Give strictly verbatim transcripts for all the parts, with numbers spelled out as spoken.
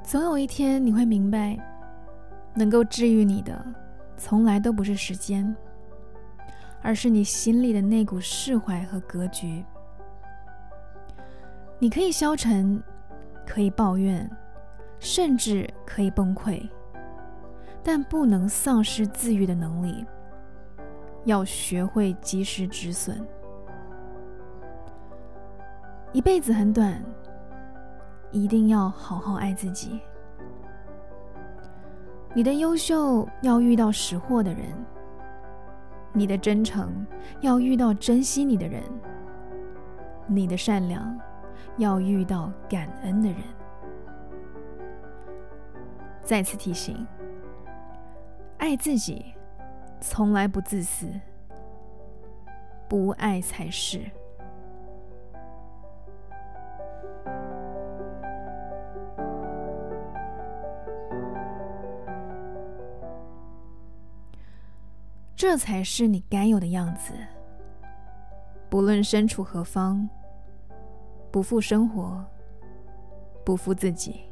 总有一天你会明白，能够治愈你的从来都不是时间，而是你心里的那股释怀和格局。你可以消沉，可以抱怨，甚至可以崩溃，但不能丧失自愈的能力，要学会及时止损。一辈子很短，一定要好好爱自己。你的优秀要遇到识货的人，你的真诚要遇到珍惜你的人，你的善良要遇到感恩的人。再次提醒，爱自己从来不自私，不爱才是。这才是你该有的样子。不论身处何方，不负生活，不负自己。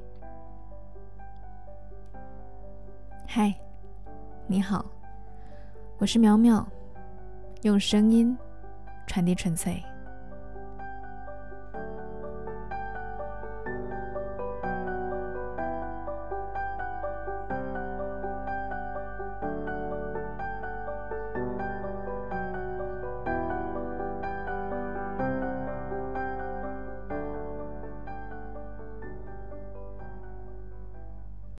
嗨，你好，我是苗苗，用声音传递纯粹。